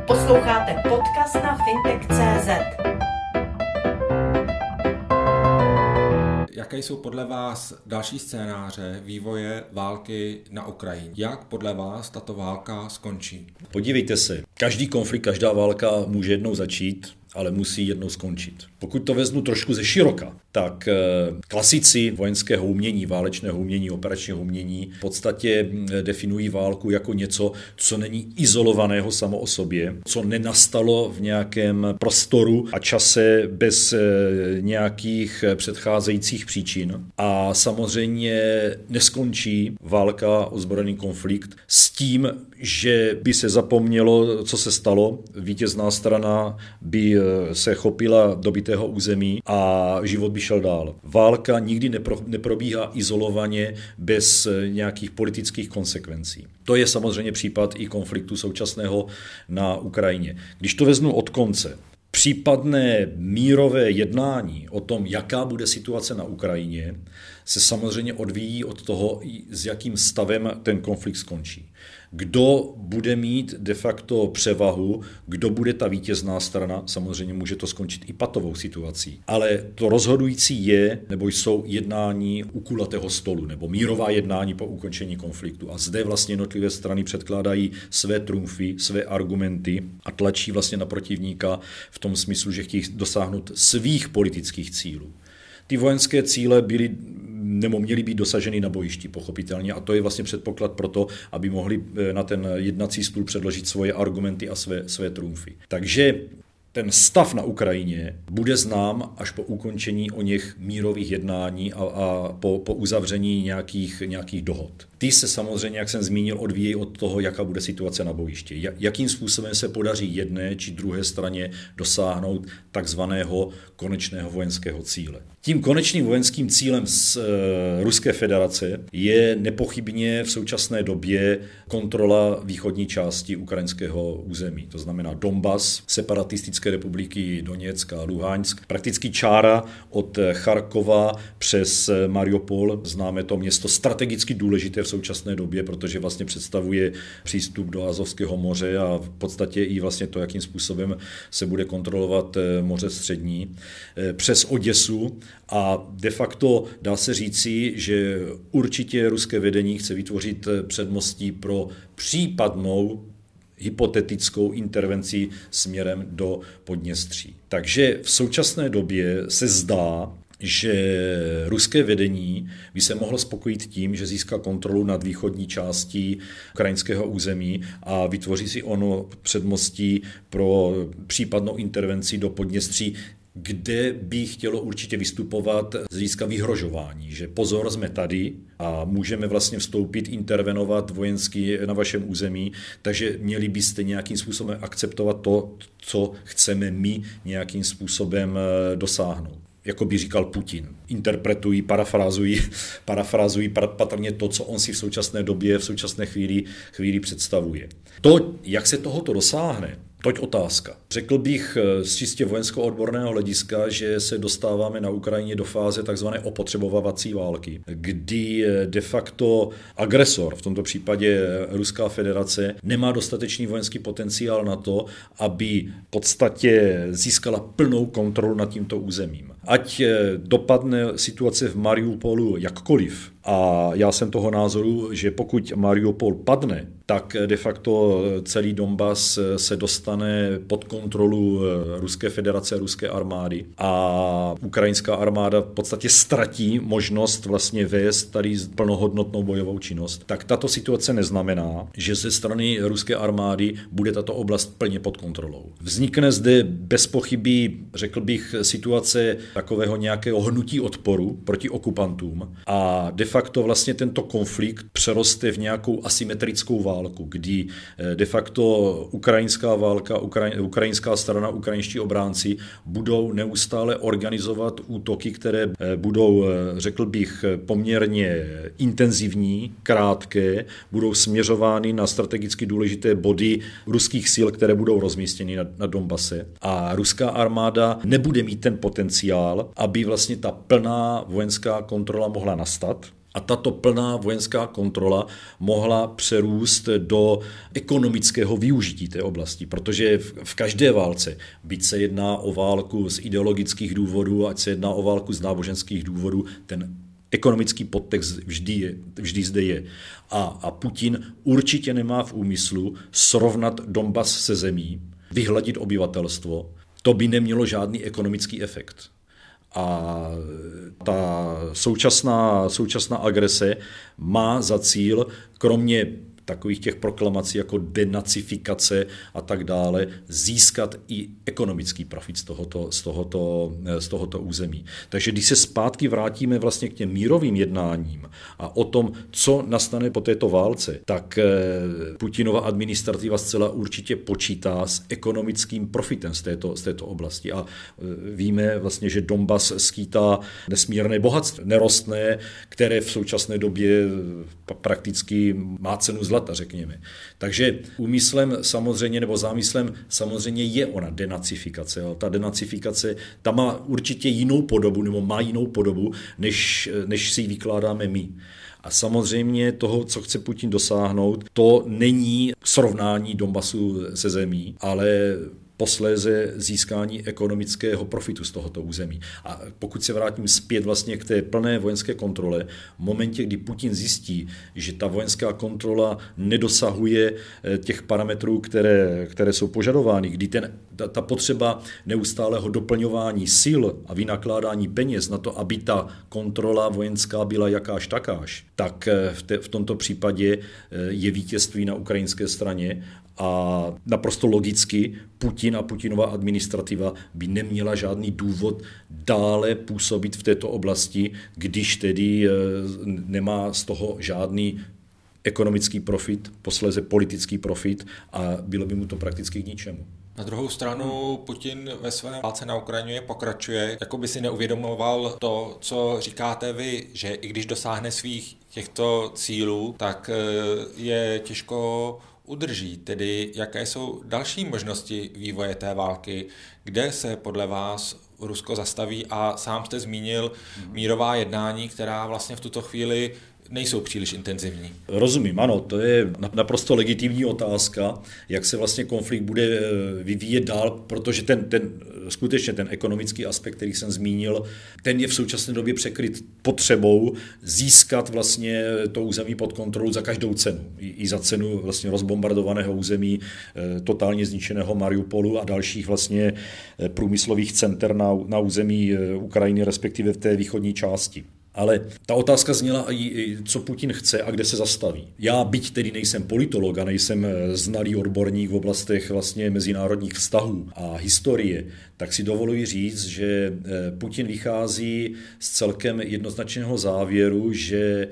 Posloucháte podcast na fintech.cz. Jaké jsou podle vás další scénáře vývoje války na Ukrajině? Jak podle vás tato válka skončí? Podívejte se, každý konflikt, každá válka může jednou začít, ale musí jednou skončit. Pokud to vezmu trošku ze široka, tak klasici vojenského umění, válečného umění, operačního umění v podstatě definují válku jako něco, co není izolovaného samo o sobě, co nenastalo v nějakém prostoru a čase bez nějakých předcházejících příčin. A samozřejmě neskončí válka, ozbrojený konflikt s tím, že by se zapomnělo, co se stalo. Vítězná strana by se chopila dobytého území a život by šel dál. Válka nikdy neprobíhá izolovaně bez nějakých politických konsekvencí. To je samozřejmě případ i konfliktu současného na Ukrajině. Když to vezmu od konce, případné mírové jednání o tom, jaká bude situace na Ukrajině, se samozřejmě odvíjí od toho, s jakým stavem ten konflikt skončí. Kdo bude mít de facto převahu, kdo bude ta vítězná strana, samozřejmě může to skončit i patovou situací. Ale to rozhodující je, nebo jsou jednání u kulatého stolu, nebo mírová jednání po ukončení konfliktu. A zde vlastně jednotlivé strany předkládají své trumfy, své argumenty a tlačí vlastně na protivníka v tom smyslu, že chtějí dosáhnout svých politických cílů. Ty vojenské cíle byly nebo měly být dosaženy na bojišti, pochopitelně. A to je vlastně předpoklad pro to, aby mohli na ten jednací stůl předložit svoje argumenty a své trumfy. Takže ten stav na Ukrajině bude znám až po ukončení o něch mírových jednání a po uzavření nějakých dohod. Ty se samozřejmě, jak jsem zmínil, odvíjí od toho, jaká bude situace na bojišti. Jakým způsobem se podaří jedné či druhé straně dosáhnout takzvaného konečného vojenského cíle. Tím konečným vojenským cílem z Ruské federace je nepochybně v současné době kontrola východní části ukrajinského území. To znamená Donbas, separatistické republiky Doněck a Luhansk. Prakticky čára od Charkova přes Mariupol. Známe to město strategicky důležité v současné době, protože vlastně představuje přístup do Azovského moře a v podstatě i vlastně to, jakým způsobem se bude kontrolovat moře střední. Přes Oděsu a de facto dá se říci, že určitě ruské vedení chce vytvořit předmostí pro případnou hypotetickou intervenci směrem do Podněstří. Takže v současné době se zdá, že ruské vedení by se mohlo spokojit tím, že získá kontrolu nad východní částí ukrajinského území a vytvoří si ono předmostí pro případnou intervenci do Podněstří, kde by chtělo určitě vystupovat z hlediska vyhrožování, že pozor, jsme tady a můžeme vlastně vstoupit, intervenovat vojensky na vašem území, takže měli byste nějakým způsobem akceptovat to, co chceme my nějakým způsobem dosáhnout. Jako by říkal Putin. Interpretují, parafrázují patrně to, co on si v současné době, v současné chvíli představuje. To, jak se tohoto dosáhne, toť otázka. Řekl bych z čistě vojensko-odborného hlediska, že se dostáváme na Ukrajině do fáze takzvané opotřebovávací války, kdy de facto agresor, v tomto případě Ruská federace, nemá dostatečný vojenský potenciál na to, aby v podstatě získala plnou kontrolu nad tímto územím. Ať dopadne situace v Mariupolu jakkoliv, a já jsem toho názoru, že pokud Mariupol padne, tak de facto celý Donbas se dostane pod kontrolu Ruské federace a ruské armády a ukrajinská armáda v podstatě ztratí možnost vlastně vést tady plnohodnotnou bojovou činnost. Tak tato situace neznamená, že ze strany ruské armády bude tato oblast plně pod kontrolou. Vznikne zde bez pochyby, řekl bych, situace takového nějakého hnutí odporu proti okupantům a de facto vlastně tento konflikt přeroste v nějakou asymetrickou válku, kdy de facto ukrajinská válka, ukrajinská strana, ukrajinští obránci budou neustále organizovat útoky, které budou, řekl bych, poměrně intenzivní, krátké, budou směřovány na strategicky důležité body ruských sil, které budou rozmístěny na Donbase. A ruská armáda nebude mít ten potenciál, aby vlastně ta plná vojenská kontrola mohla nastat. A tato plná vojenská kontrola mohla přerůst do ekonomického využití té oblasti, protože v každé válce, byť se jedná o válku z ideologických důvodů, ať se jedná o válku z náboženských důvodů, ten ekonomický podtext vždy zde je. A Putin určitě nemá v úmyslu srovnat Donbas se zemí, vyhladit obyvatelstvo. To by nemělo žádný ekonomický efekt. A ta současná agrese má za cíl, kromě takových těch proklamací jako denacifikace a tak dále, získat i ekonomický profit z tohoto území. Takže když se zpátky vrátíme vlastně k těm mírovým jednáním a o tom, co nastane po této válce, tak Putinova administrativa zcela určitě počítá s ekonomickým profitem z této oblasti. A víme vlastně, že Donbas skýtá nesmírné bohatství, nerostné, které v současné době prakticky má cenu zlata, řekněme. Takže úmyslem samozřejmě, nebo zámyslem samozřejmě je ona denacifikace. Ta denacifikace, ta má určitě jinou podobu, nebo má jinou podobu, než si ji vykládáme my. A samozřejmě toho, co chce Putin dosáhnout, to není srovnání Donbasu se zemí, ale posléze získání ekonomického profitu z tohoto území. A pokud se vrátím zpět vlastně k té plné vojenské kontrole, v momentě, kdy Putin zjistí, že ta vojenská kontrola nedosahuje těch parametrů, které jsou požadovány, kdy ta potřeba neustálého doplňování sil a vynakládání peněz na to, aby ta kontrola vojenská byla jakáž takáž, tak v tomto případě je vítězství na ukrajinské straně. A naprosto logicky Putin a Putinova administrativa by neměla žádný důvod dále působit v této oblasti, když tedy nemá z toho žádný ekonomický profit, posléze politický profit a bylo by mu to prakticky k ničemu. Na druhou stranu Putin ve své válce na Ukrajině pokračuje, jako by si neuvědomoval to, co říkáte vy, že i když dosáhne svých těchto cílů, tak je těžko udrží, tedy jaké jsou další možnosti vývoje té války, kde se podle vás Rusko zastaví a sám jste zmínil mírová jednání, která vlastně v tuto chvíli nejsou příliš intenzivní. Rozumím, ano, to je naprosto legitimní otázka, jak se vlastně konflikt bude vyvíjet dál, protože skutečně ten ekonomický aspekt, který jsem zmínil, ten je v současné době překryt potřebou získat vlastně to území pod kontrolu za každou cenu. I za cenu vlastně rozbombardovaného území, totálně zničeného Mariupolu a dalších vlastně průmyslových center na území Ukrajiny, respektive v té východní části. Ale ta otázka zněla, co Putin chce a kde se zastaví. Já, byť tedy nejsem politolog a nejsem znalý odborník v oblastech vlastně mezinárodních vztahů a historie, tak si dovoluji říct, že Putin vychází z celkem jednoznačného závěru, že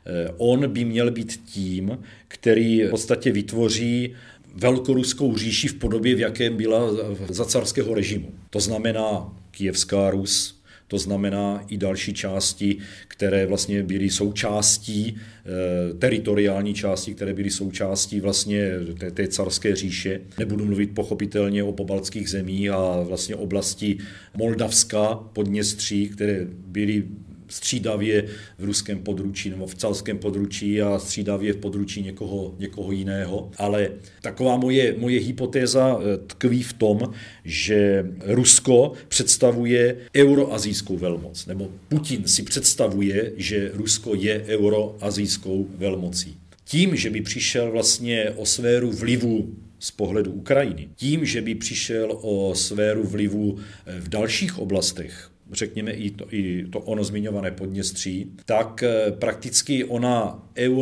on by měl být tím, který v podstatě vytvoří velkoruskou říši v podobě, v jakém byla za carského režimu. To znamená Kyjevská Rus, to znamená i další části, které vlastně byly součástí, teritoriální části, které byly součástí vlastně té carské říše. Nebudu mluvit pochopitelně o pobaltských zemích a vlastně oblasti Moldavska, Podněstří, které byly střídavě v ruském područí nebo v carském područí a střídavě v područí někoho jiného. Ale taková moje hypotéza tkví v tom, že Rusko představuje euroazijskou velmoc, nebo Putin si představuje, že Rusko je euroazijskou velmocí. Tím, že by přišel vlastně o sféru vlivu z pohledu Ukrajiny, tím, že by přišel o sféru vlivu v dalších oblastech, řekněme i to ono zmiňované Podněstří, tak prakticky ona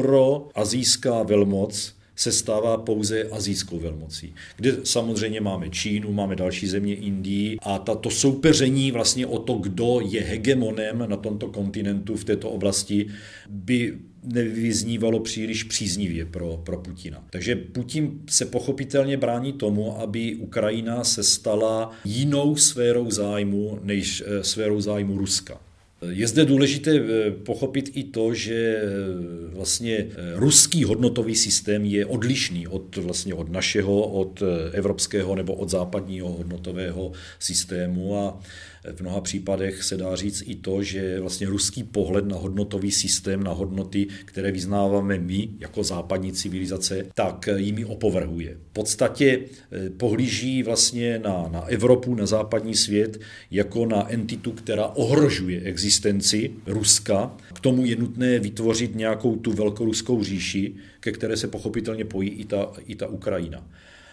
euroazijská velmoc se stává pouze azijskou velmocí, kde samozřejmě máme Čínu, máme další země, Indii a to soupeření vlastně o to, kdo je hegemonem na tomto kontinentu v této oblasti, by nevyznívalo příliš příznivě pro Putina. Takže Putin se pochopitelně brání tomu, aby Ukrajina se stala jinou sférou zájmu než sférou zájmu Ruska. Je zde důležité pochopit i to, že vlastně ruský hodnotový systém je odlišný od našeho, od evropského nebo od západního hodnotového systému a v mnoha případech se dá říct i to, že vlastně ruský pohled na hodnotový systém, na hodnoty, které vyznáváme my jako západní civilizace, tak jimi opovrhuje. V podstatě pohlíží vlastně na Evropu, na západní svět jako na entitu, která ohrožuje existenci Ruska. K tomu je nutné vytvořit nějakou tu velkoruskou říši, ke které se pochopitelně pojí i ta Ukrajina.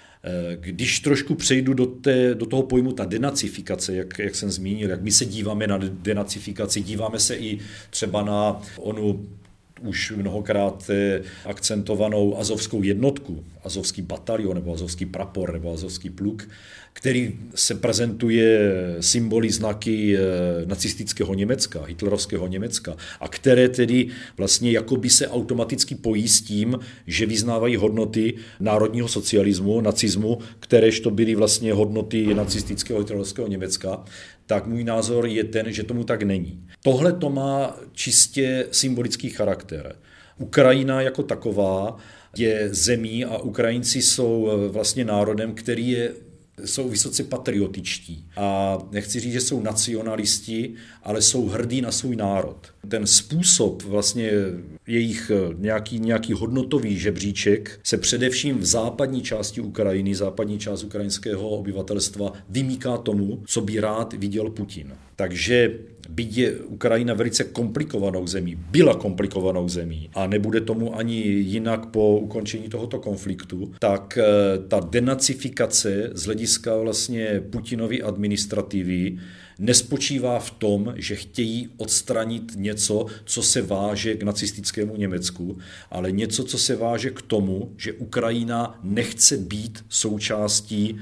Když trošku přejdu do toho pojmu ta denacifikace, jak jsem zmínil, jak my se díváme na denacifikaci, díváme se i třeba na onu už mnohokrát akcentovanou azovskou jednotku, azovský batalion nebo azovský prapor nebo azovský pluk, který se prezentuje symboly, znaky nacistického Německa, hitlerovského Německa a které tedy vlastně jakoby se automaticky pojí s tím, že vyznávají hodnoty národního socialismu, nacismu, kteréž to byly vlastně hodnoty nacistického hitlerovského Německa, tak můj názor je ten, že tomu tak není. Tohle to má čistě symbolický charakter. Ukrajina jako taková je zemí a Ukrajinci jsou vlastně národem, který jsou vysoce patriotičtí. A nechci říct, že jsou nacionalisti, ale jsou hrdí na svůj národ. Ten způsob vlastně jejich nějaký hodnotový žebříček se především v západní části Ukrajiny, západní část ukrajinského obyvatelstva vymýká tomu, co by rád viděl Putin. Takže byť je Ukrajina velice komplikovanou zemí, byla komplikovanou zemí a nebude tomu ani jinak po ukončení tohoto konfliktu, tak ta denacifikace z hlediska vlastně Putinovy administrativy nespočívá v tom, že chtějí odstranit něco, co se váže k nacistickému Německu, ale něco, co se váže k tomu, že Ukrajina nechce být součástí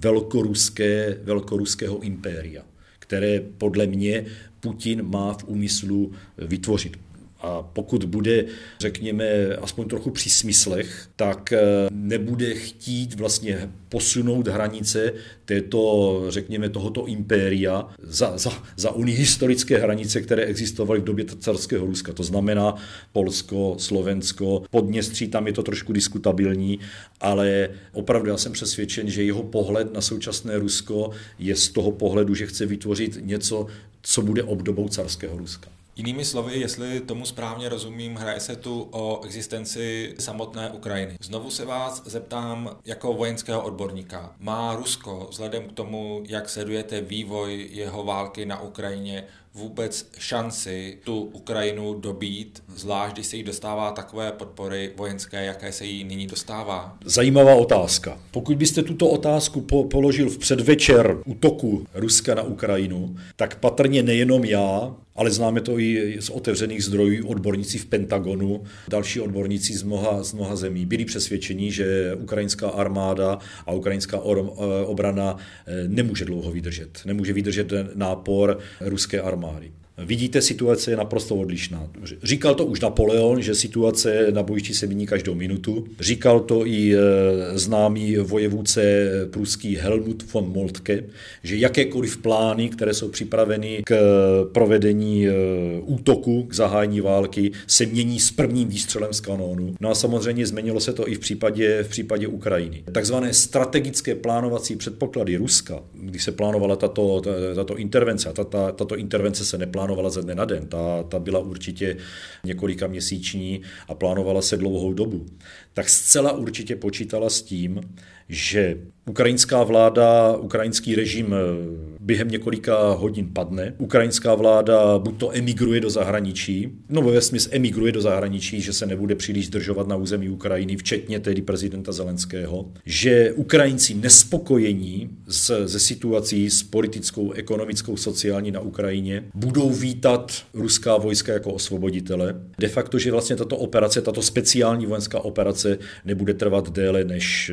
velkoruského impéria, které podle mě Putin má v úmyslu vytvořit. A pokud bude, řekněme, aspoň trochu při smyslech, tak nebude chtít vlastně posunout hranice tohoto impéria za ony historické hranice, které existovaly v době carského Ruska. To znamená Polsko, Slovensko, Podněstří, tam je to trošku diskutabilní, ale opravdu já jsem přesvědčen, že jeho pohled na současné Rusko je z toho pohledu, že chce vytvořit něco, co bude obdobou carského Ruska. Jinými slovy, jestli tomu správně rozumím, hraje se tu o existenci samotné Ukrajiny. Znovu se vás zeptám jako vojenského odborníka. Má Rusko, vzhledem k tomu, jak sledujete vývoj jeho války na Ukrajině, vůbec šanci tu Ukrajinu dobít, zvlášť když se jí dostává takové podpory vojenské, jaké se jí nyní dostává? Zajímavá otázka. Pokud byste tuto otázku položil v předvečer útoku Ruska na Ukrajinu, tak patrně nejenom já, ale známe to i z otevřených zdrojů, odborníci v Pentagonu, další odborníci z mnoha zemí byli přesvědčeni, že ukrajinská armáda a ukrajinská obrana nemůže dlouho vydržet. Nemůže vydržet nápor ruské armády. Vidíte, situace je naprosto odlišná. Říkal to už Napoleon, že situace na bojišti se mění každou minutu. Říkal to i známý vojevůdce pruský Helmut von Moltke, že jakékoliv plány, které jsou připraveny k provedení útoku, k zahájení války, se mění s prvním výstřelem z kanónu. No a samozřejmě změnilo se to i v případě Ukrajiny. Takzvané strategické plánovací předpoklady Ruska, když se plánovala tato intervence, a tato intervence se neplánovala ze dne na den, ta byla určitě několika měsíční a plánovala se dlouhou dobu, tak zcela určitě počítala s tím, že ukrajinská vláda, ukrajinský režim během několika hodin padne. Ukrajinská vláda buď to emigruje do zahraničí, nebo vesměs emigruje do zahraničí, že se nebude příliš zdržovat na území Ukrajiny, včetně tedy prezidenta Zelenského, že Ukrajinci nespokojení se situací s politickou, ekonomickou, sociální na Ukrajině budou vítat ruská vojska jako osvoboditele. De facto, že vlastně tato operace, tato speciální vojenská operace nebude trvat déle než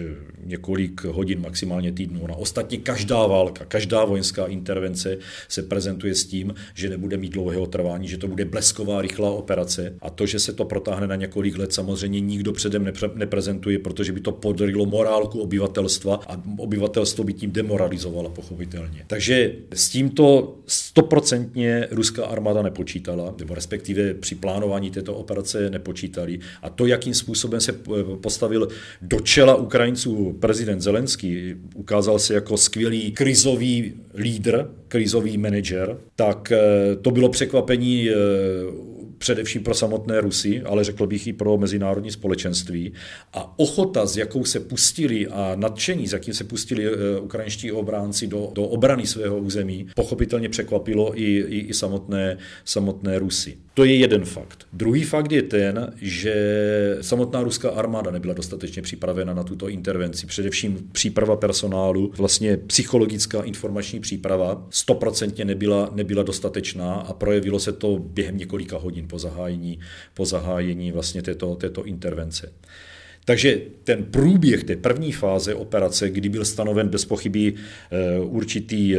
několik hodin, maximálně týdnů. No, ostatně každá válka, každá vojenská intervence se prezentuje s tím, že nebude mít dlouhého trvání, že to bude blesková, rychlá operace a to, že se to protáhne na několik let, samozřejmě nikdo předem neprezentuje, protože by to podrylo morálku obyvatelstva a obyvatelstvo by tím demoralizovalo pochopitelně. Takže s tímto 100% ruská armáda nepočítala, nebo respektive při plánování této operace nepočítali. A to, jakým způsobem se postavil do čela Ukrajinců prezident Zelenský, ukázal se jako skvělý krizový lídr, krizový manažer, tak to bylo překvapení především pro samotné Rusy, ale řekl bych i pro mezinárodní společenství. A ochota, s jakou se pustili a nadšení, s jakým se pustili ukrajinští obránci do obrany svého území, pochopitelně překvapilo i samotné Rusy. To je jeden fakt. Druhý fakt je ten, že samotná ruská armáda nebyla dostatečně připravena na tuto intervenci. Především příprava personálu, vlastně psychologická informační příprava 100% nebyla dostatečná a projevilo se to během několika hodin po zahájení vlastně této intervence. Takže ten průběh té první fáze operace, kdy byl stanoven bez pochyby určitý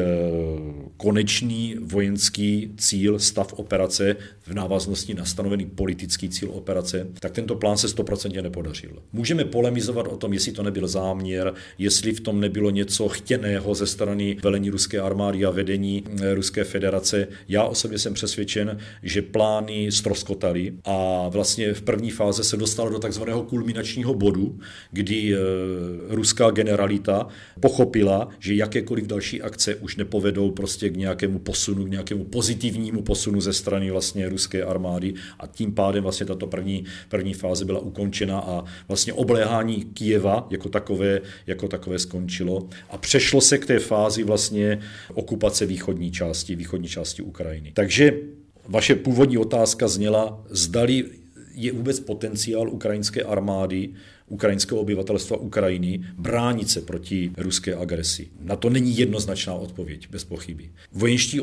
konečný vojenský cíl, stav operace v návaznosti na stanovený politický cíl operace, tak tento plán se 100% nepodařil. Můžeme polemizovat o tom, jestli to nebyl záměr, jestli v tom nebylo něco chtěného ze strany velení ruské armády a vedení Ruské federace. Já osobně jsem přesvědčen, že plány ztroskotaly a vlastně v první fáze se dostalo do takzvaného kulminačního bodu, kdy ruská generalita pochopila, že jakékoliv další akce už nepovedou prostě k nějakému posunu, k nějakému pozitivnímu posunu ze strany vlastně ruské armády a tím pádem vlastně tato první fáze byla ukončena a vlastně obléhání Kyjeva jako takové skončilo a přešlo se k té fázi vlastně okupace východní části Ukrajiny. Takže vaše původní otázka zněla, zdali je vůbec potenciál ukrajinské armády, ukrajinského obyvatelstva Ukrajiny bránit se proti ruské agresi. Na to není jednoznačná odpověď, bez pochyby. Vojenští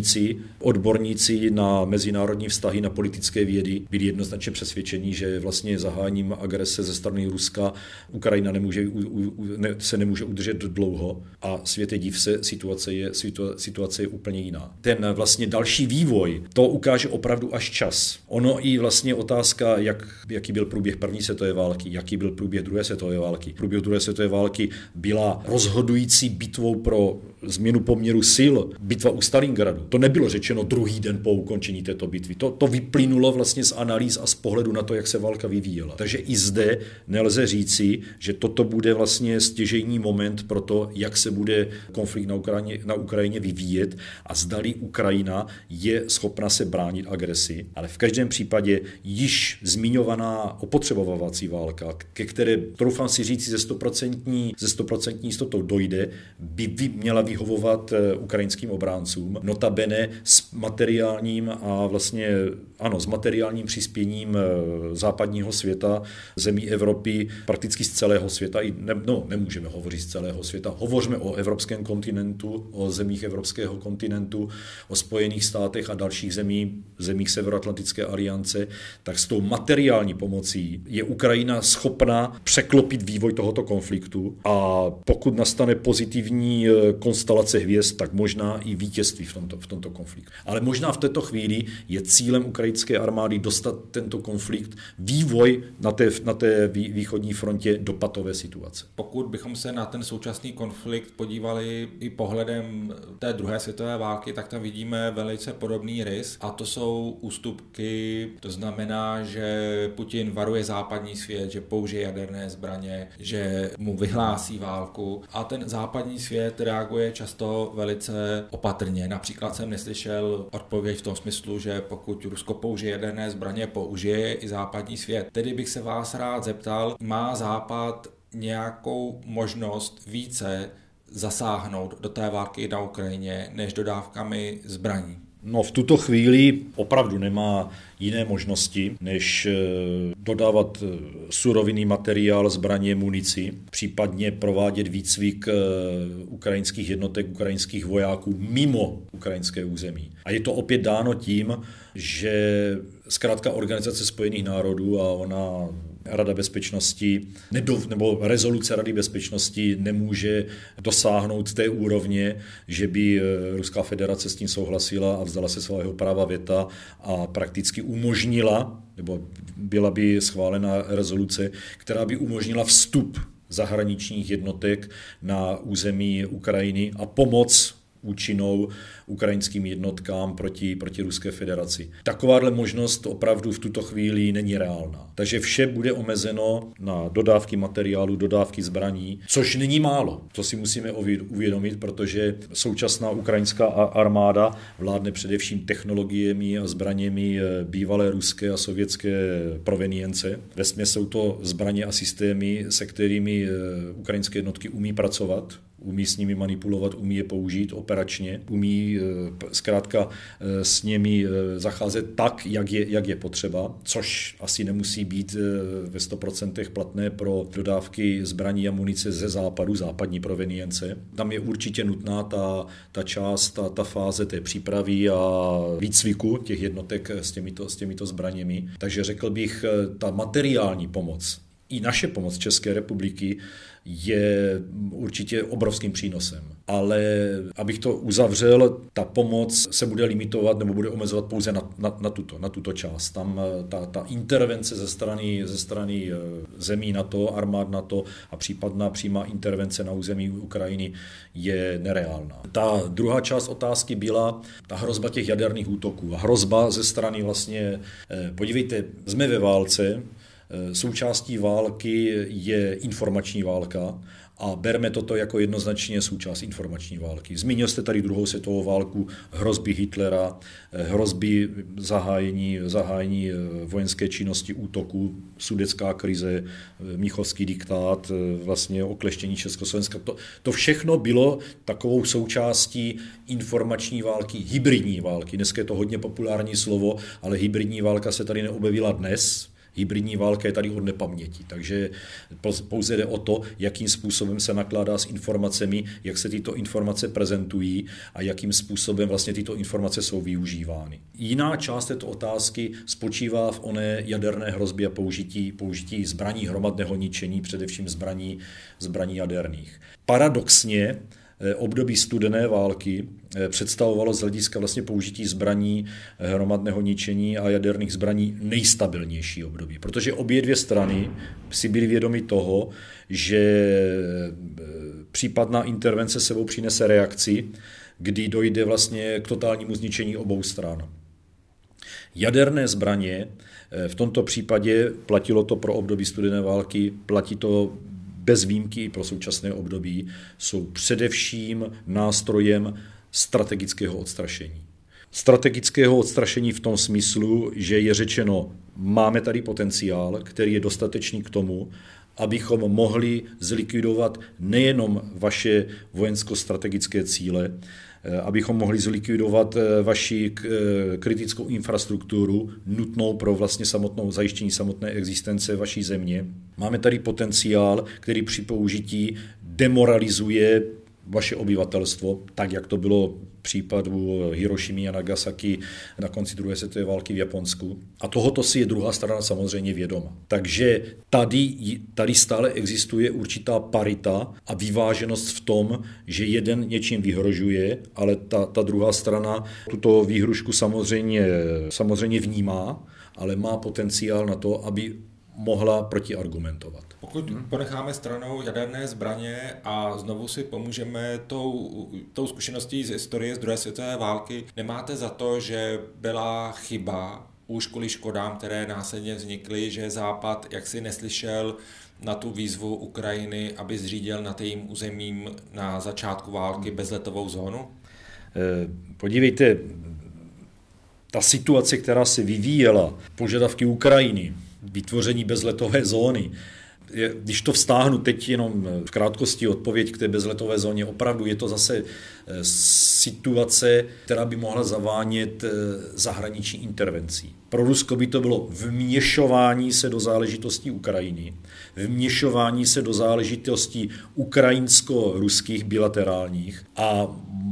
odborníci na mezinárodní vztahy, na politické vědy byli jednoznačně přesvědčeni, že vlastně zahájením agrese ze strany Ruska Ukrajina se nemůže udržet dlouho a světe div se, situace je úplně jiná. Ten vlastně další vývoj, to ukáže opravdu až čas. Ono i vlastně otázka, jaký byl průběh první světové války, jaký byl průběh druhé světové války. Průběh druhé světové války byla rozhodující bitvou pro změnu poměru sil, bitva u Stalingradu. To nebylo řečeno druhý den po ukončení této bitvy. To vyplynulo vlastně z analýz a z pohledu na to, jak se válka vyvíjela. Takže i zde nelze říci, že toto bude vlastně stěžejní moment pro to, jak se bude konflikt na Ukrajině vyvíjet a zdali Ukrajina je schopna se bránit agresi. Ale v každém případě již zmiňovaná opotřebovávací válka, ke které, troufám si říct, ze 100% jistotou dojde, by měla vyhovovat ukrajinským obráncům, notabene s materiálním a vlastně s materiálním přispěním západního světa, zemí Evropy, prakticky z celého světa. Nemůžeme hovořit z celého světa. Hovořme o evropském kontinentu, o zemích evropského kontinentu, o Spojených státech a dalších zemích Severoatlantické aliance, tak s tou materiální pomocí je Ukrajina schopna překlopit vývoj tohoto konfliktu a pokud nastane pozitivní konstelace hvězd, tak možná i vítězství v tomto konfliktu. Ale možná v této chvíli je cílem ukrajinské armády dostat tento konflikt, vývoj na té východní frontě do patové situace. Pokud bychom se na ten současný konflikt podívali i pohledem té druhé světové války, tak tam vidíme velice podobný rys a to jsou ústupky, to znamená, že Putin varuje západní svět, že použije jaderné zbraně, že mu vyhlásí válku a ten západní svět reaguje často velice opatrně. Například jsem neslyšel odpověď v tom smyslu, že pokud Rusko použije jaderné zbraně, použije i západní svět. Tedy bych se vás rád zeptal, má Západ nějakou možnost více zasáhnout do té války na Ukrajině než dodávkami zbraní? No, v tuto chvíli opravdu nemá jiné možnosti, než dodávat surovinný materiál, zbraně, munici, případně provádět výcvik ukrajinských jednotek, ukrajinských vojáků mimo ukrajinské území. A je to opět dáno tím, že zkrátka Organizace spojených národů, a ona Rada bezpečnosti nebo rezoluce Rady bezpečnosti nemůže dosáhnout té úrovně, že by Ruská federace s tím souhlasila a vzdala se svého práva veta a prakticky umožnila, nebo byla by schválena rezoluce, která by umožnila vstup zahraničních jednotek na území Ukrajiny a pomoc účinnou ukrajinským jednotkám proti Ruské federaci. Takováhle možnost opravdu v tuto chvíli není reálná. Takže vše bude omezeno na dodávky materiálu, dodávky zbraní, což není málo. To si musíme uvědomit, protože současná ukrajinská armáda vládne především technologiemi a zbraněmi bývalé ruské a sovětské provenience. Vesměs jsou to zbraně a systémy, se kterými ukrajinské jednotky umí pracovat, umí s nimi manipulovat, umí je použít operačně, umí zkrátka s nimi zacházet tak, jak je potřeba, což asi nemusí být ve 100% platné pro dodávky zbraní a munice ze západu, západní provenience. Tam je určitě nutná ta část, ta fáze té přípravy a výcviku těch jednotek s těmito zbraněmi. Takže řekl bych, ta materiální pomoc, i naše pomoc České republiky je určitě obrovským přínosem. Ale abych to uzavřel, ta pomoc se bude limitovat nebo bude omezovat pouze na tuto část. Tam ta intervence ze strany zemí NATO, armád NATO a případná přímá intervence na území Ukrajiny je nereálná. Ta druhá část otázky byla ta hrozba těch jaderných útoků. A hrozba ze strany vlastně, podívejte, jsme ve válce, součástí války je informační válka a berme toto jako jednoznačně součást informační války. Zmínil jste tady druhou světovou válku, hrozby Hitlera, hrozby zahájení vojenské činnosti útoku, sudetská krize, mnichovský diktát, vlastně okleštění Československa. To všechno bylo takovou součástí informační války, hybridní války. Dneska je to hodně populární slovo, ale hybridní válka se tady neobjevila dnes. Hybridní válka je tady od nepaměti, takže pouze jde o to, jakým způsobem se nakládá s informacemi, jak se tyto informace prezentují a jakým způsobem vlastně tyto informace jsou využívány. Jiná část této otázky spočívá v oné jaderné hrozbě a použití zbraní hromadného ničení, především zbraní jaderných. Paradoxně období studené války představovalo z hlediska vlastně použití zbraní hromadného ničení a jaderných zbraní nejstabilnější období, protože obě dvě strany si byly vědomi toho, že případná intervence sebou přinese reakci, kdy dojde vlastně k totálnímu zničení obou stran. Jaderné zbraně, v tomto případě platilo to pro období studené války, platí to bez výjimky i pro současné období, jsou především nástrojem strategického odstrašení. Strategického odstrašení v tom smyslu, že je řečeno, máme tady potenciál, který je dostatečný k tomu, abychom mohli zlikvidovat nejenom vaše vojensko-strategické cíle, abychom mohli zlikvidovat vaši kritickou infrastrukturu nutnou pro vlastně zajištění samotné existence vaší země. Máme tady potenciál, který při použití demoralizuje vaše obyvatelstvo, tak jak to bylo v případu Hirošimy a Nagasaki na konci druhé světové války v Japonsku. A tohoto si je druhá strana samozřejmě vědoma. Takže tady stále existuje určitá parita a vyváženost v tom, že jeden něčím vyhrožuje, ale ta druhá strana tuto výhrušku samozřejmě vnímá, ale má potenciál na to, aby mohla protiargumentovat. Pokud ponecháme stranou jaderné zbraně a znovu si pomůžeme tou zkušeností z historie z druhé světové války, nemáte za to, že byla chyba už kvůli škodám, které následně vznikly, že Západ jaksi neslyšel na tu výzvu Ukrajiny, aby zřídil nad jejím územím na začátku války bezletovou zónu? Podívejte, ta situace, která se vyvíjela, požadavky Ukrajiny, vytvoření bezletové zóny, když to vztáhnu teď jenom v krátkosti odpověď k té bezletové zóně, opravdu je to zase situace, která by mohla zavánět zahraniční intervencí. Pro Rusko by to bylo vměšování se do záležitostí Ukrajiny, vměšování se do záležitostí ukrajinsko-ruských bilaterálních a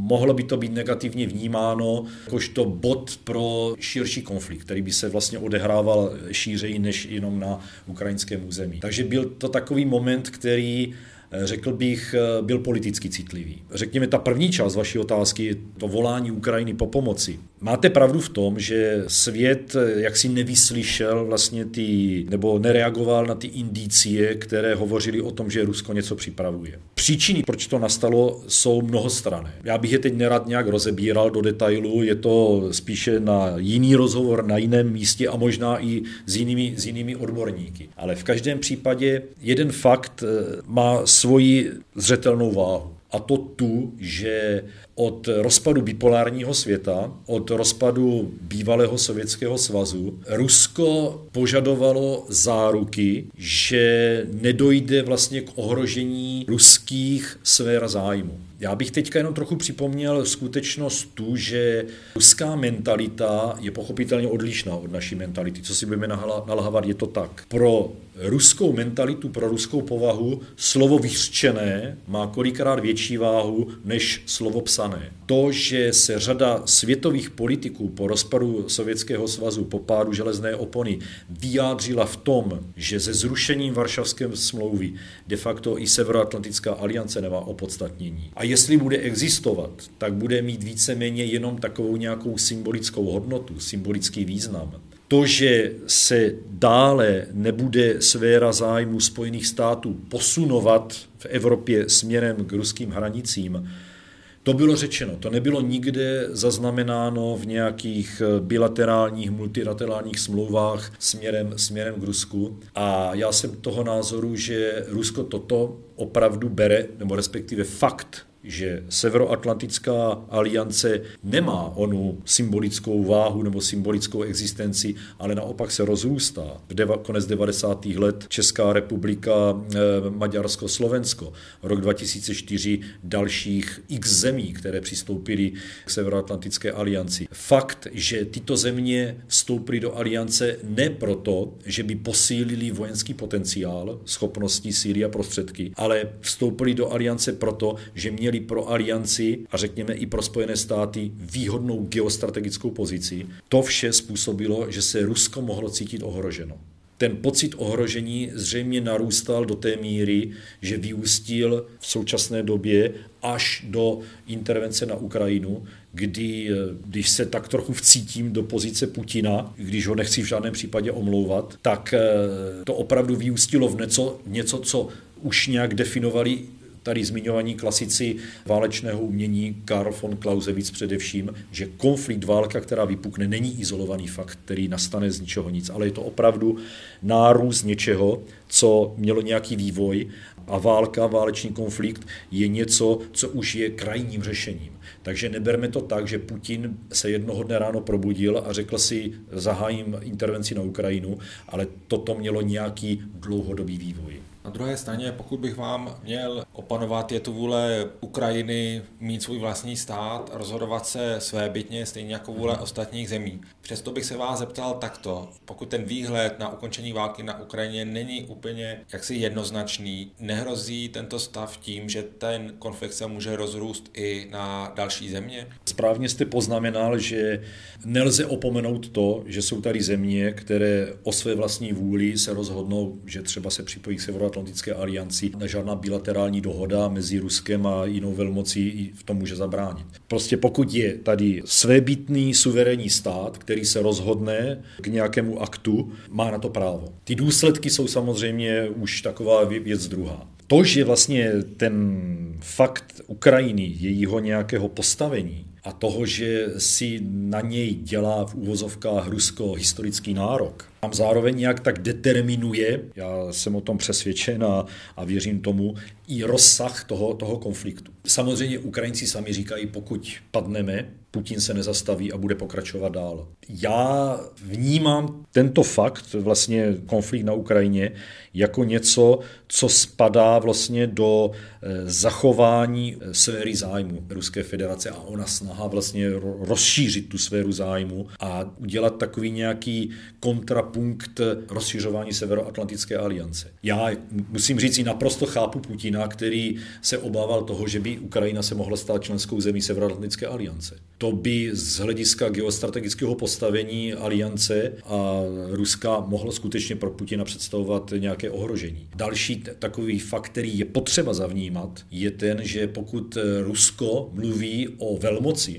mohlo by to být negativně vnímáno jakožto bod pro širší konflikt, který by se vlastně odehrával šířeji než jenom na ukrajinském území. Takže byl to takový moment, který, řekl bych, byl politicky citlivý. Řekněme, ta první část vaší otázky, to volání Ukrajiny po pomoci. Máte pravdu v tom, že svět jaksi nevyslyšel vlastně nebo nereagoval na ty indicie, které hovořily o tom, že Rusko něco připravuje. Příčiny, proč to nastalo, jsou mnohostranné. Já bych je teď nerad nějak rozebíral do detailu, je to spíše na jiný rozhovor, na jiném místě a možná i s jinými odborníky. Ale v každém případě jeden fakt má svoji zřetelnou váhu. A to tu, že od rozpadu bipolárního světa, od rozpadu bývalého Sovětského svazu, Rusko požadovalo záruky, že nedojde vlastně k ohrožení ruských sfér zájmu. Já bych teďka jenom trochu připomněl skutečnost tu, že ruská mentalita je pochopitelně odlišná od naší mentality. Co si budeme nalhávat, je to tak. Pro ruskou mentalitu, pro ruskou povahu slovo vyřčené má kolikrát větší váhu než slovo psané. To, že se řada světových politiků po rozpadu Sovětského svazu, po pádu železné opony vyjádřila v tom, že se zrušením Varšavské smlouvy de facto i Severoatlantická aliance nemá opodstatnění. A jestli bude existovat, tak bude mít víceméně jenom takovou nějakou symbolickou hodnotu, symbolický význam. To, že se dále nebude sféra zájmu Spojených států posunovat v Evropě směrem k ruským hranicím, to bylo řečeno. To nebylo nikde zaznamenáno v nějakých bilaterálních, multilaterálních smlouvách směrem k Rusku. A já jsem toho názoru, že Rusko toto opravdu bere, nebo respektive fakt, že Severoatlantická aliance nemá onu symbolickou váhu nebo symbolickou existenci, ale naopak se rozrůstá. Konec 90. let Česká republika, Maďarsko, Slovensko, rok 2004 dalších x zemí, které přistoupily k Severoatlantické alianci. Fakt, že tyto země vstoupily do aliance ne proto, že by posílili vojenský potenciál, schopnosti, síly a prostředky, ale vstoupily do aliance proto, že měli pro alianci a řekněme i pro Spojené státy výhodnou geostrategickou pozici. To vše způsobilo, že se Rusko mohlo cítit ohroženo. Ten pocit ohrožení zřejmě narůstal do té míry, že vyústil v současné době až do intervence na Ukrajinu, když se tak trochu vcítím do pozice Putina, když ho nechci v žádném případě omlouvat, tak to opravdu vyústilo v něco, co už nějak definovali tady zmiňovaní klasici válečného umění, Karl von Clausewitz především, že konflikt, válka, která vypukne, není izolovaný fakt, který nastane z ničeho nic, ale je to opravdu nárůst něčeho, co mělo nějaký vývoj a válečný konflikt je něco, co už je krajním řešením. Takže neberme to tak, že Putin se jednoho dne ráno probudil a řekl si, zahájím intervenci na Ukrajinu, ale toto mělo nějaký dlouhodobý vývoj. Na druhé straně, pokud bych vám měl opanovat, je tu vůle Ukrajiny mít svůj vlastní stát, rozhodovat se svébytně, stejně jako vůle ostatních zemí. Přesto bych se vás zeptal takto, pokud ten výhled na ukončení války na Ukrajině není úplně jaksi jednoznačný, nehrozí tento stav tím, že ten konflikt se může rozrůst i na další země? Správně jste poznamenal, že nelze opomenout to, že jsou tady země, které o své vlastní vůli se rozhodnou, že třeba se připojí k Severoatlantické alianci. Žádná bilaterální dohoda mezi Ruskem a jinou velmocí v tom může zabránit. Prostě pokud je tady svébytný suverénní stát, který se rozhodne k nějakému aktu, má na to právo. Ty důsledky jsou samozřejmě už taková věc druhá. To, že vlastně ten fakt Ukrajiny, jejího nějakého postavení a toho, že si na něj dělá v uvozovkách Rusko historický nárok, tam zároveň nějak tak determinuje, já jsem o tom přesvědčen a věřím tomu, i rozsah toho konfliktu. Samozřejmě Ukrajinci sami říkají, pokud padneme, Putin se nezastaví a bude pokračovat dál. Já vnímám tento fakt, vlastně konflikt na Ukrajině, jako něco, co spadá vlastně do zachování sféry zájmu Ruské federace a ona snaha pomáhá vlastně rozšířit tu sféru zájmu a udělat takový nějaký kontrapunkt rozšiřování Severoatlantické aliance. Já musím říct, i naprosto chápu Putina, který se obával toho, že by Ukrajina se mohla stát členskou zemí Severoatlantické aliance. To by z hlediska geostrategického postavení aliance a Ruska mohlo skutečně pro Putina představovat nějaké ohrožení. Další takový fakt, který je potřeba zavnímat, je ten, že pokud Rusko mluví o velmoci,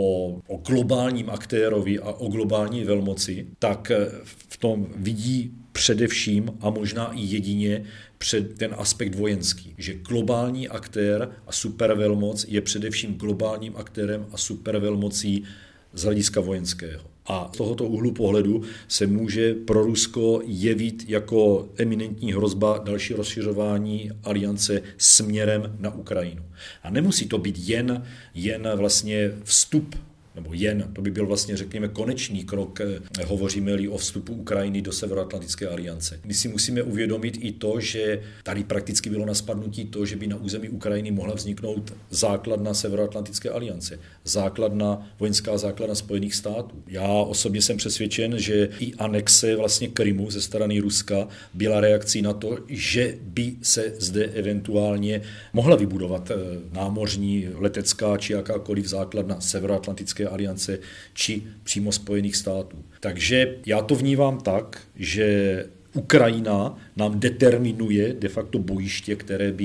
o globálním aktérovi a o globální velmoci, tak v tom vidí především a možná i jedině před ten aspekt vojenský, že globální aktér a supervelmoc je především globálním aktérem a supervelmocí z hlediska vojenského. A z tohoto úhlu pohledu se může pro Rusko jevit jako eminentní hrozba další rozšiřování aliance směrem na Ukrajinu. A nemusí to být jen vlastně vstup, nebo to by byl vlastně, řekněme, konečný krok, hovoříme-li o vstupu Ukrajiny do Severoatlantické aliance. My si musíme uvědomit i to, že tady prakticky bylo na spadnutí to, že by na území Ukrajiny mohla vzniknout základna Severoatlantické aliance, vojenská základna Spojených států. Já osobně jsem přesvědčen, že i anexe vlastně Krymu ze strany Ruska byla reakcí na to, že by se zde eventuálně mohla vybudovat námořní, letecká či jakákoliv základna Severoatlantické aliance či přímo Spojených států. Takže já to vnímám tak, že Ukrajina nám determinuje de facto bojiště,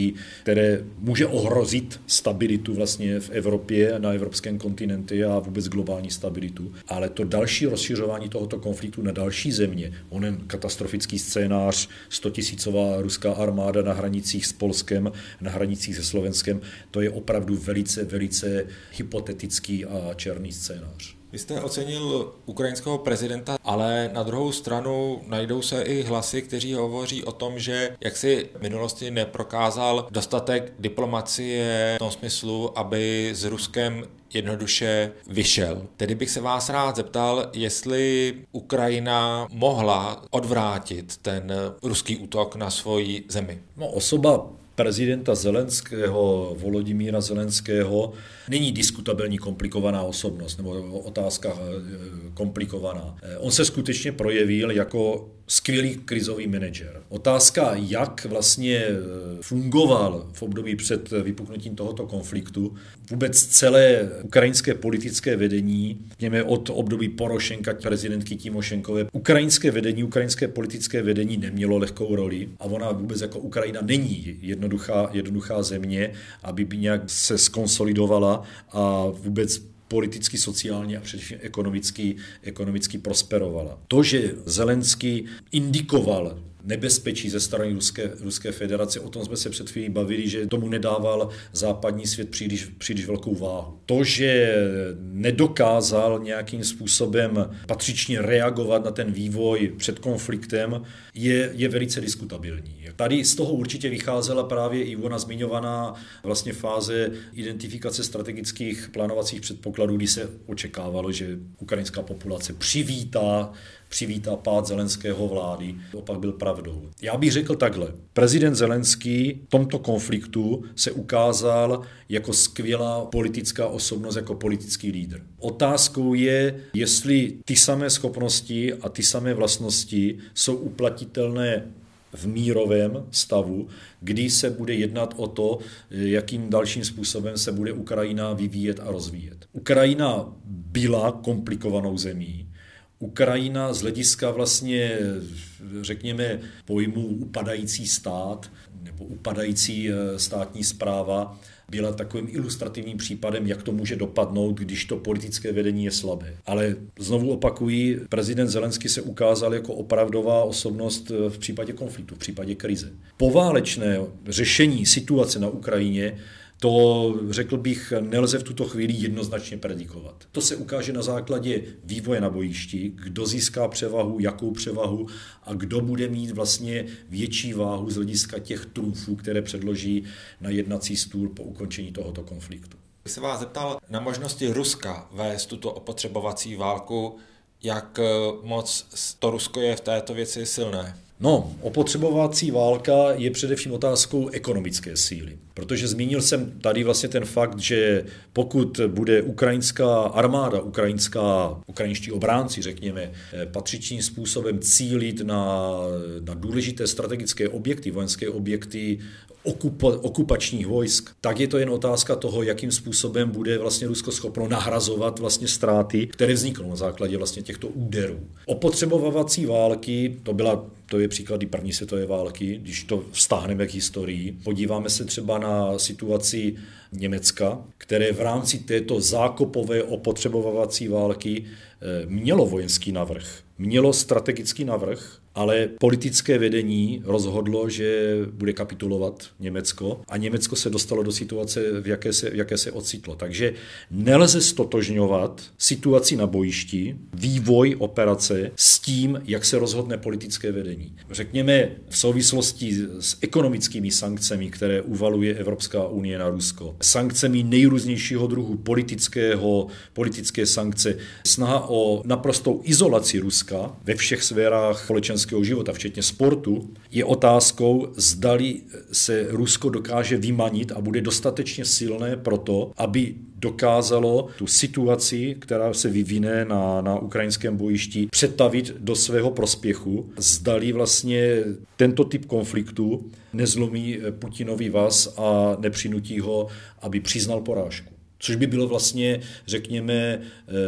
které může ohrozit stabilitu vlastně v Evropě, na evropském kontinentu a vůbec globální stabilitu. Ale to další rozšiřování tohoto konfliktu na další země, onen katastrofický scénář, 100 000 ruská armáda na hranicích s Polskem, na hranicích se Slovenskem, to je opravdu velice, velice hypotetický a černý scénář. Vy jste ocenil ukrajinského prezidenta, ale na druhou stranu najdou se i hlasy, kteří hovoří o tom, že jaksi v minulosti neprokázal dostatek diplomacie v tom smyslu, aby s Ruskem jednoduše vyšel. Tedy bych se vás rád zeptal, jestli Ukrajina mohla odvrátit ten ruský útok na svoji zemi. Osoba prezidenta Zelenského, Volodymyra Zelenského, není diskutabilní komplikovaná osobnost, nebo otázka komplikovaná. On se skutečně projevil jako skvělý krizový manažer. Otázka, jak vlastně fungoval v období před vypuknutím tohoto konfliktu, vůbec celé ukrajinské politické vedení, od období Porošenka k prezidentky Timošenkové, ukrajinské politické vedení nemělo lehkou roli a ona vůbec jako Ukrajina není jednoduchá země, aby by nějak se skonsolidovala a vůbec politicky, sociálně a především ekonomicky prosperovala. To, že Zelenský indikoval nebezpečí ze strany Ruské federace, o tom jsme se před chvílí bavili, že tomu nedával západní svět příliš velkou váhu. To, že nedokázal nějakým způsobem patřičně reagovat na ten vývoj před konfliktem, je velice diskutabilní. Tady z toho určitě vycházela právě i ona zmiňovaná vlastně fáze identifikace strategických plánovacích předpokladů, kdy se očekávalo, že ukrajinská populace přivítá pád Zelenského vlády. Opak byl pravdou. Já bych řekl takhle. Prezident Zelenský v tomto konfliktu se ukázal jako skvělá politická osobnost, jako politický lídr. Otázkou je, jestli ty samé schopnosti a ty samé vlastnosti jsou uplatitelné v mírovém stavu, kdy se bude jednat o to, jakým dalším způsobem se bude Ukrajina vyvíjet a rozvíjet. Ukrajina byla komplikovanou zemí. Ukrajina z hlediska vlastně, řekněme, pojmu upadající stát nebo upadající státní správa byla takovým ilustrativním případem, jak to může dopadnout, když to politické vedení je slabé. Ale znovu opakuji, prezident Zelenský se ukázal jako opravdová osobnost v případě konfliktu, v případě krize. Poválečné řešení situace na Ukrajině, to, řekl bych, nelze v tuto chvíli jednoznačně predikovat. To se ukáže na základě vývoje na bojišti, kdo získá převahu, jakou převahu a kdo bude mít vlastně větší váhu z hlediska těch trumfů, které předloží na jednací stůl po ukončení tohoto konfliktu. Bych se vás zeptal na možnosti Ruska vést tuto opotřebovací válku, jak moc to Rusko je v této věci silné. No, opotřebovací válka je především otázkou ekonomické síly. Protože zmínil jsem tady vlastně ten fakt, že pokud bude ukrajinská armáda, ukrajinští obránci, řekněme, patřičným způsobem cílit na důležité strategické objekty, vojenské objekty okupačních vojsk, tak je to jen otázka toho, jakým způsobem bude vlastně Rusko schopno nahrazovat vlastně ztráty, které vzniknou na základě vlastně těchto úderů. Opotřebovací války, to je příklady první světové války, když to vztáhneme k historii. Podíváme se třeba na situaci Německa, které v rámci této zákopové opotřebovací války mělo vojenský navrch, mělo strategický navrch, ale politické vedení rozhodlo, že bude kapitulovat Německo a Německo se dostalo do situace, v jaké se ocitlo. Takže nelze stotožňovat situaci na bojišti, vývoj operace s tím, jak se rozhodne politické vedení. Řekněme v souvislosti s ekonomickými sankcemi, které uvaluje Evropská unie na Rusko, sankcemi nejrůznějšího druhu politické sankce, snaha o naprostou izolaci Ruska ve všech sférách společenského života, včetně sportu, je otázkou, zdali se Rusko dokáže vymanit a bude dostatečně silné proto, aby dokázalo tu situaci, která se vyvine na ukrajinském bojišti, přetavit do svého prospěchu. Zdali vlastně tento typ konfliktu nezlomí Putinovi vaz a nepřinutí ho, aby přiznal porážku. Což by bylo vlastně, řekněme,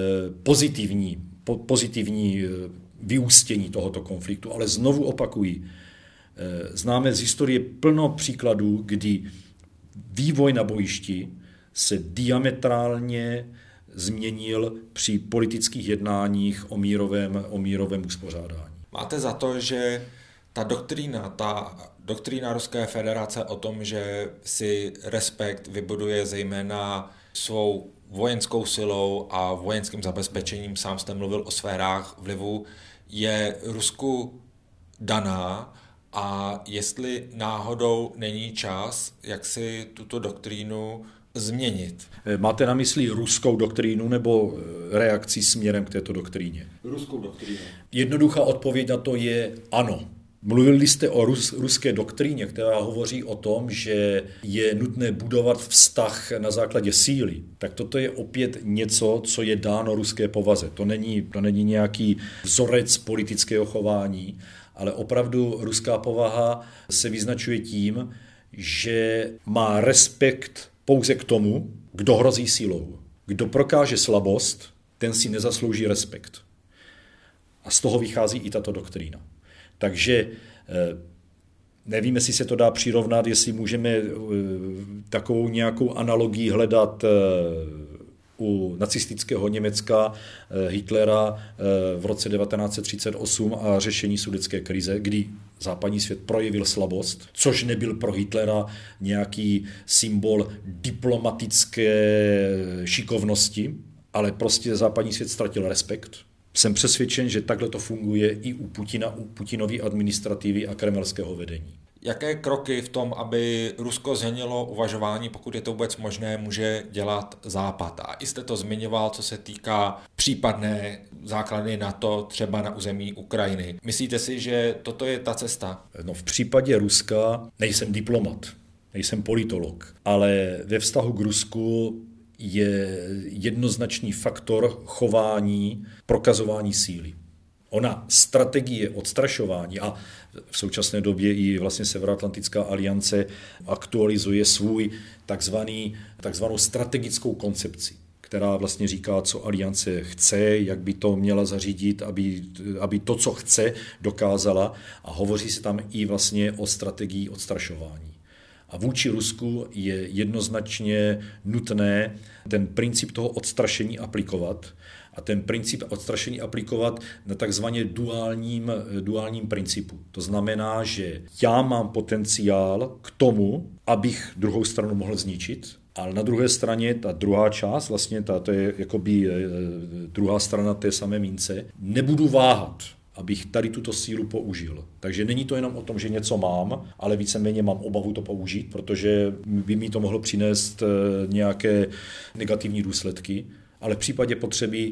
pozitivní vyústění tohoto konfliktu. Ale znovu opakuji, známe z historie plno příkladů, kdy vývoj na bojišti se diametrálně změnil při politických jednáních o mírovém uspořádání. Máte za to, že ta doktrína Ruské federace o tom, že si respekt vybuduje zejména svou vojenskou silou a vojenským zabezpečením, sám jste mluvil o sférách vlivu, je Rusku daná a jestli náhodou není čas, jak si tuto doktrínu změnit. Máte na mysli ruskou doktrínu nebo reakci směrem k této doktríně? Ruskou doktrínu. Jednoduchá odpověď na to je ano. Mluvili jste o ruské doktríně, která hovoří o tom, že je nutné budovat vztah na základě síly. Tak toto je opět něco, co je dáno ruské povaze. To není nějaký vzorec politického chování, ale opravdu ruská povaha se vyznačuje tím, že má respekt pouze k tomu, kdo hrozí sílou. Kdo prokáže slabost, ten si nezaslouží respekt. A z toho vychází i tato doktrína. Takže nevím, jestli se to dá přirovnat, jestli můžeme takovou nějakou analogii hledat u nacistického Německa Hitlera v roce 1938 a řešení sudetské krize, kdy západní svět projevil slabost, což nebyl pro Hitlera nějaký symbol diplomatické šikovnosti, ale prostě západní svět ztratil respekt. Jsem přesvědčen, že takhle to funguje i u Putina, u Putinovy administrativy a kremelského vedení. Jaké kroky v tom, aby Rusko změnilo uvažování, pokud je to vůbec možné, může dělat Západ? A i jste to zmiňoval, co se týká případné základny NATO třeba na území Ukrajiny. Myslíte si, že toto je ta cesta? No, v případě Ruska nejsem diplomat, nejsem politolog, ale ve vztahu k Rusku je jednoznačný faktor chování, prokazování síly. Ona strategie odstrašování a v současné době i vlastně Severoatlantická aliance aktualizuje svůj takzvanou strategickou koncepci, která vlastně říká, co aliance chce, jak by to měla zařídit, aby to, co chce, dokázala, a hovoří se tam i vlastně o strategii odstrašování. A vůči Rusku je jednoznačně nutné ten princip toho odstrašení aplikovat a ten princip odstrašení aplikovat na takzvaně duálním principu. To znamená, že já mám potenciál k tomu, abych druhou stranu mohl zničit, ale na druhé straně ta druhá část, vlastně to je jakoby druhá strana té samé mince, nebudu váhat, abych tady tuto sílu použil. Takže není to jenom o tom, že něco mám, ale víceméně mám obavu to použít, protože by mi to mohlo přinést nějaké negativní důsledky, ale v případě potřeby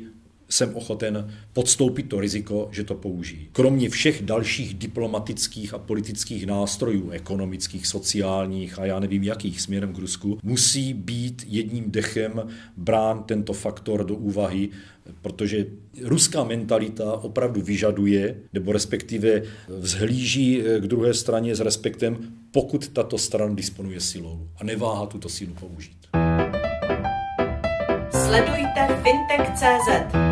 jsem ochoten podstoupit to riziko, že to použijí. Kromě všech dalších diplomatických a politických nástrojů, ekonomických, sociálních a já nevím jakých směrem k Rusku, musí být jedním dechem brán tento faktor do úvahy, protože ruská mentalita opravdu vyžaduje, nebo respektive vzhlíží k druhé straně s respektem, pokud tato strana disponuje silou a neváhá tuto sílu použít. Sledujte fintech.cz.